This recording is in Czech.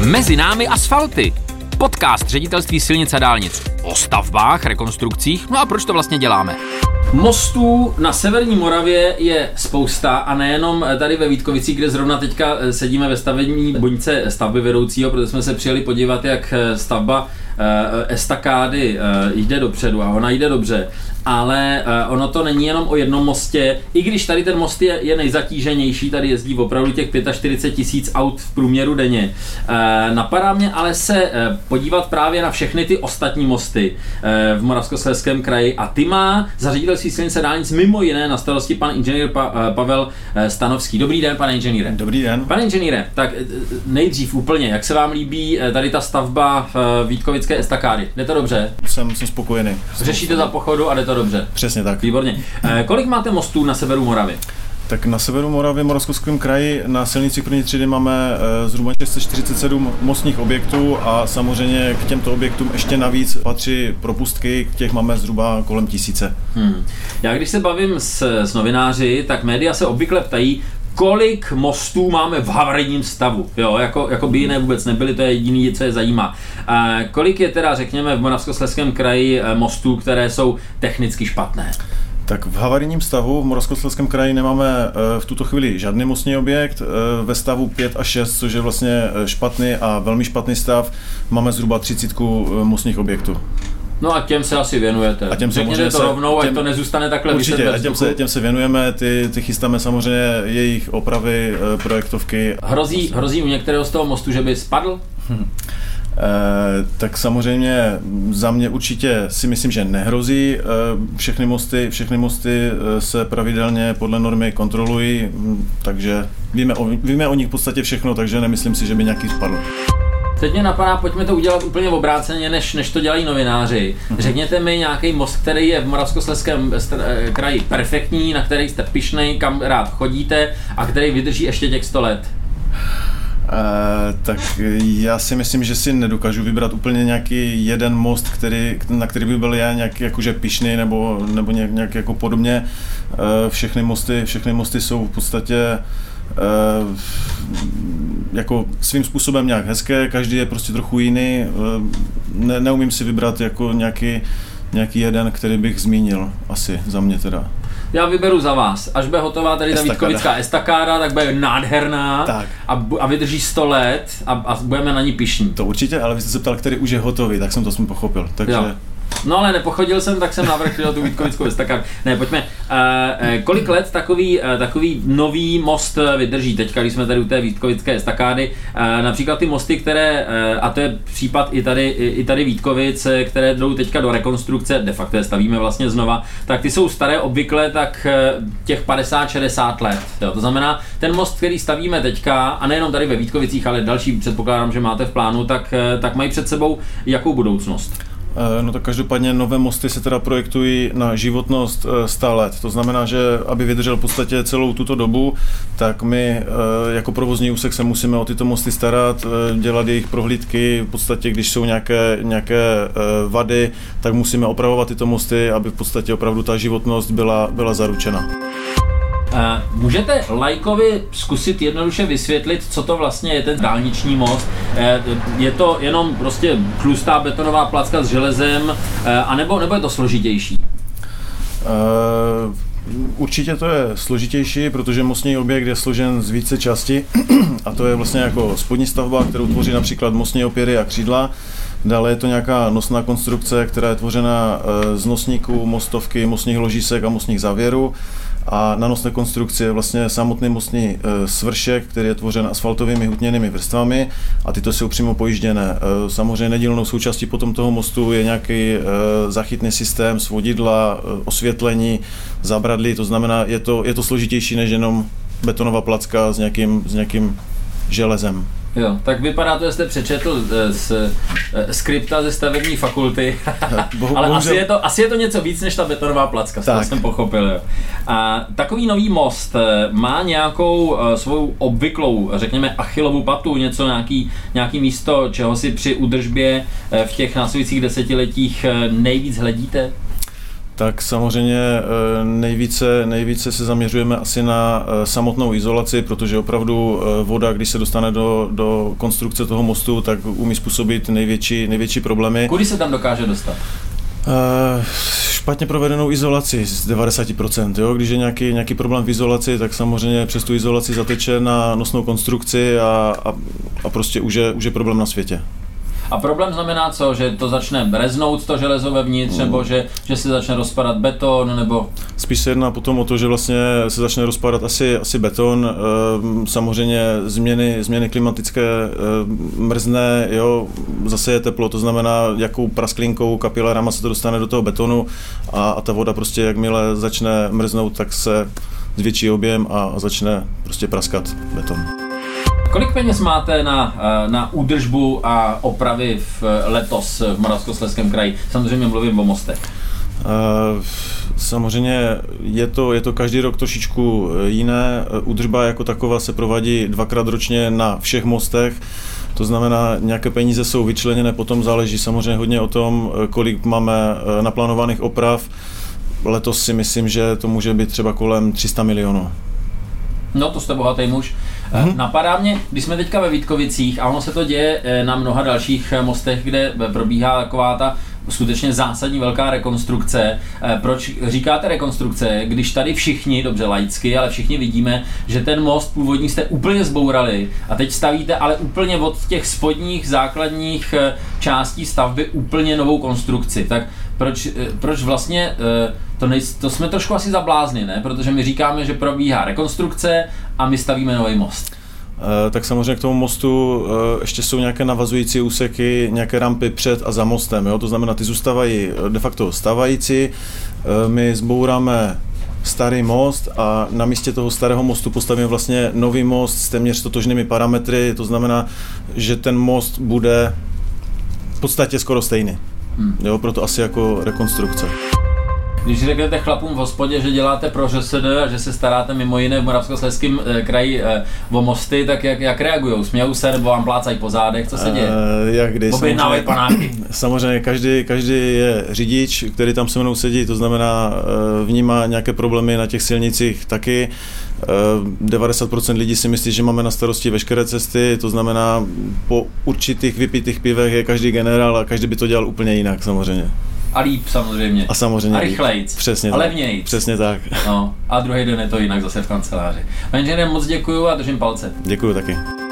Mezi námi asfalty. Podcast Ředitelství silnic a dálnic o stavbách, rekonstrukcích, no a proč to vlastně děláme? Mostů na severní Moravě je spousta a nejenom tady ve Vítkovicích, kde zrovna teďka sedíme ve stavební buňce stavby vedoucího, protože jsme se přijeli podívat, jak stavba estakády jde dopředu a ona jde dobře. Ale ono to není jenom o jednom mostě, i když tady ten most je nejzatíženější, tady jezdí opravdu těch 45 000 aut v průměru denně. Napadá mě ale se podívat právě na všechny ty ostatní mosty v Moravskoslezském kraji a ty má za Ředitelství silnic a dálnic mimo jiné na starosti pan inženýr Pavel Stanovský. Dobrý den, pane inženýre. Dobrý den. Pane inženýre, tak nejdřív úplně, jak se vám líbí tady ta stavba Vítkovické estakády? Jde to dobře? Jsem spokojený. Řešíte za pochodu a jde to dobře? Přesně tak. Výborně. Kolik máte mostů na severu Moravy? Tak na severu Moravy, Moravskoslezském kraji, na silnici první třídy máme zhruba 647 mostních objektů a samozřejmě k těmto objektům ještě navíc patří propustky, těch máme zhruba kolem 1000. Já když se bavím s novináři, tak média se obvykle ptají, kolik mostů máme v havarijním stavu, jo, jako by jiné vůbec nebyly, to je jediné, co je zajímá. Kolik je teda, řekněme, v Moravskoslezském kraji mostů, které jsou technicky špatné? Tak v havarijním stavu v Moravskoslezském kraji nemáme v tuto chvíli žádný mostní objekt. Ve stavu 5 a 6, což je vlastně špatný a velmi špatný stav, máme zhruba 30 mostních objektů. No a těm se asi věnujete. A těm řekněte to rovnou, ať to nezůstane takhle vyset ve vzduchu. Určitě, těm se věnujeme, ty chystáme samozřejmě jejich opravy, projektovky. Hrozí u některého z toho mostu, že by spadl? Tak samozřejmě za mě určitě si myslím, že nehrozí. Všechny mosty se pravidelně podle normy kontrolují, takže víme o nich v podstatě všechno, takže nemyslím si, že by nějaký spadl. Teď mě napadá, pojďme to udělat úplně obráceně, než to dělají novináři. Řekněte mi nějaký most, který je v Moravskoslezském kraji perfektní, na který jste pyšnej, kam rád chodíte a který vydrží ještě těch 100 let. Tak já si myslím, že si nedokážu vybrat úplně nějaký jeden most, na který by byl já nějak jakože pyšný nebo nějak jako podobně. Všechny mosty jsou v podstatě jako svým způsobem nějak hezké, každý je prostě trochu jiný. Neumím si vybrat jako nějaký jeden, který bych zmínil, asi za mě teda. Já vyberu za vás. Až bude hotová tady ta Vítkovická estakáda, tak bude nádherná tak. A vydrží 100 let a budeme na ní pyšní. To určitě, ale vy jste se ptal, který už je hotový, tak jsem to pochopil. Takže... Jo. No ale nepochodil jsem, tak jsem navrhl tu Vítkovickou estakádu. Ne, pojďme. Kolik let takový nový most vydrží teďka, když jsme tady u té Vítkovické estakády? Například ty mosty, které, a to je případ i tady Vítkovic, které jdou teďka do rekonstrukce, de facto je stavíme vlastně znova, tak ty jsou staré obvykle tak těch 50-60 let. Jo, to znamená, ten most, který stavíme teďka, a nejenom tady ve Vítkovicích, ale další předpokládám, že máte v plánu, tak mají před sebou jakou budoucnost? No tak každopádně nové mosty se teda projektují na životnost 100 let. To znamená, že aby vydržel v podstatě celou tuto dobu, tak my jako provozní úsek se musíme o tyto mosty starat, dělat jejich prohlídky, v podstatě když jsou nějaké vady, tak musíme opravovat tyto mosty, aby v podstatě opravdu ta životnost byla zaručena. Můžete laikovi zkusit jednoduše vysvětlit, co to vlastně je ten dálniční most? Je to jenom prostě tlustá betonová placka s železem, anebo je to složitější? Určitě to je složitější, protože mostní objekt je složen z více částí a to je vlastně jako spodní stavba, kterou tvoří například mostní opěry a křídla. Dále je to nějaká nosná konstrukce, která je tvořena z nosníků, mostovky, mostních ložísek a mostních závěrů. A na nosné konstrukci je vlastně samotný mostní svršek, který je tvořen asfaltovými hutněnými vrstvami a tyto jsou přímo pojížděné. Samozřejmě nedílnou součástí potom toho mostu je nějaký zachytný systém, svodidla, osvětlení, zábradlí, to znamená, je to složitější než jenom betonová placka s nějakým železem. Jo, tak vypadá to, že jste přečetl z skripta ze stavební fakulty, ale asi je to něco víc než ta betonová placka, to jsem pochopil. Jo. A takový nový most má nějakou svou obvyklou, řekněme, Achillovu patu, nějaký místo, čeho si při údržbě v těch následujících desetiletích nejvíc hledíte? tak samozřejmě nejvíce se zaměřujeme asi na samotnou izolaci, protože opravdu voda, když se dostane do konstrukce toho mostu, tak umí způsobit největší problémy. Kudy se tam dokáže dostat? Špatně provedenou izolaci z 90%. Jo? Když je nějaký problém v izolaci, tak samozřejmě přes tu izolaci zateče na nosnou konstrukci a prostě už je problém na světě. A problém znamená co? Že to začne reznout to železo vevnitř, nebo že se začne rozpadat beton, nebo... Spíš se jedná potom o to, že vlastně se začne rozpadat asi beton, samozřejmě změny klimatické, mrzne, jo, zase je teplo, to znamená, jakou prasklinkou, kapilárama se to dostane do toho betonu a ta voda prostě, jakmile začne mrznout, tak se zvětší objem a začne prostě praskat beton. Kolik peněz máte na údržbu a opravy letos v Moravskoslezském kraji? Samozřejmě mluvím o mostech. Samozřejmě je to každý rok trošičku jiné. Údržba jako taková se provádí 2krát ročně na všech mostech. To znamená, nějaké peníze jsou vyčleněné, potom záleží samozřejmě hodně o tom, kolik máme naplánovaných oprav. Letos si myslím, že to může být třeba kolem 300 milionů. No, to jste bohatý muž. Napadá mě, když jsme teďka ve Vítkovicích a ono se to děje na mnoha dalších mostech, kde probíhá taková ta skutečně zásadní velká rekonstrukce. Proč říkáte rekonstrukce, když tady všichni, dobře laicky, ale všichni vidíme, že ten most původní jste úplně zbourali a teď stavíte ale úplně od těch spodních základních částí stavby úplně novou konstrukci. Tak proč vlastně, to jsme trošku asi zablázni, ne? Protože my říkáme, že probíhá rekonstrukce a my stavíme nový most. Tak samozřejmě k tomu mostu ještě jsou nějaké navazující úseky, nějaké rampy před a za mostem, jo? To znamená, ty zůstávají de facto stávající, my zbouráme starý most a na místě toho starého mostu postavíme vlastně nový most s téměř totožnými parametry, to znamená, že ten most bude v podstatě skoro stejný. Jo, proto asi jako rekonstrukce. Když řeknete chlapům v hospodě, že děláte pro ŘSD a že se staráte mimo jiné v Moravskoslezském kraji o mosty, tak jak reagujou? Smějou se nebo vám plácají po zádech? Co se děje? Jak kdy? Objednávají panáky. Samozřejmě každý je řidič, který tam se mnou sedí, to znamená vnímá nějaké problémy na těch silnicích taky. 90% lidí si myslí, že máme na starosti veškeré cesty, to znamená po určitých vypitých pivech je každý generál a každý by to dělal úplně jinak samozřejmě. A líp samozřejmě. A samozřejmě a rychlejc. Přesně a levnějc. Přesně tak. No, a druhý den je to jinak zase v kanceláři. Pane inženýre, moc děkuju a držím palce. Děkuju taky.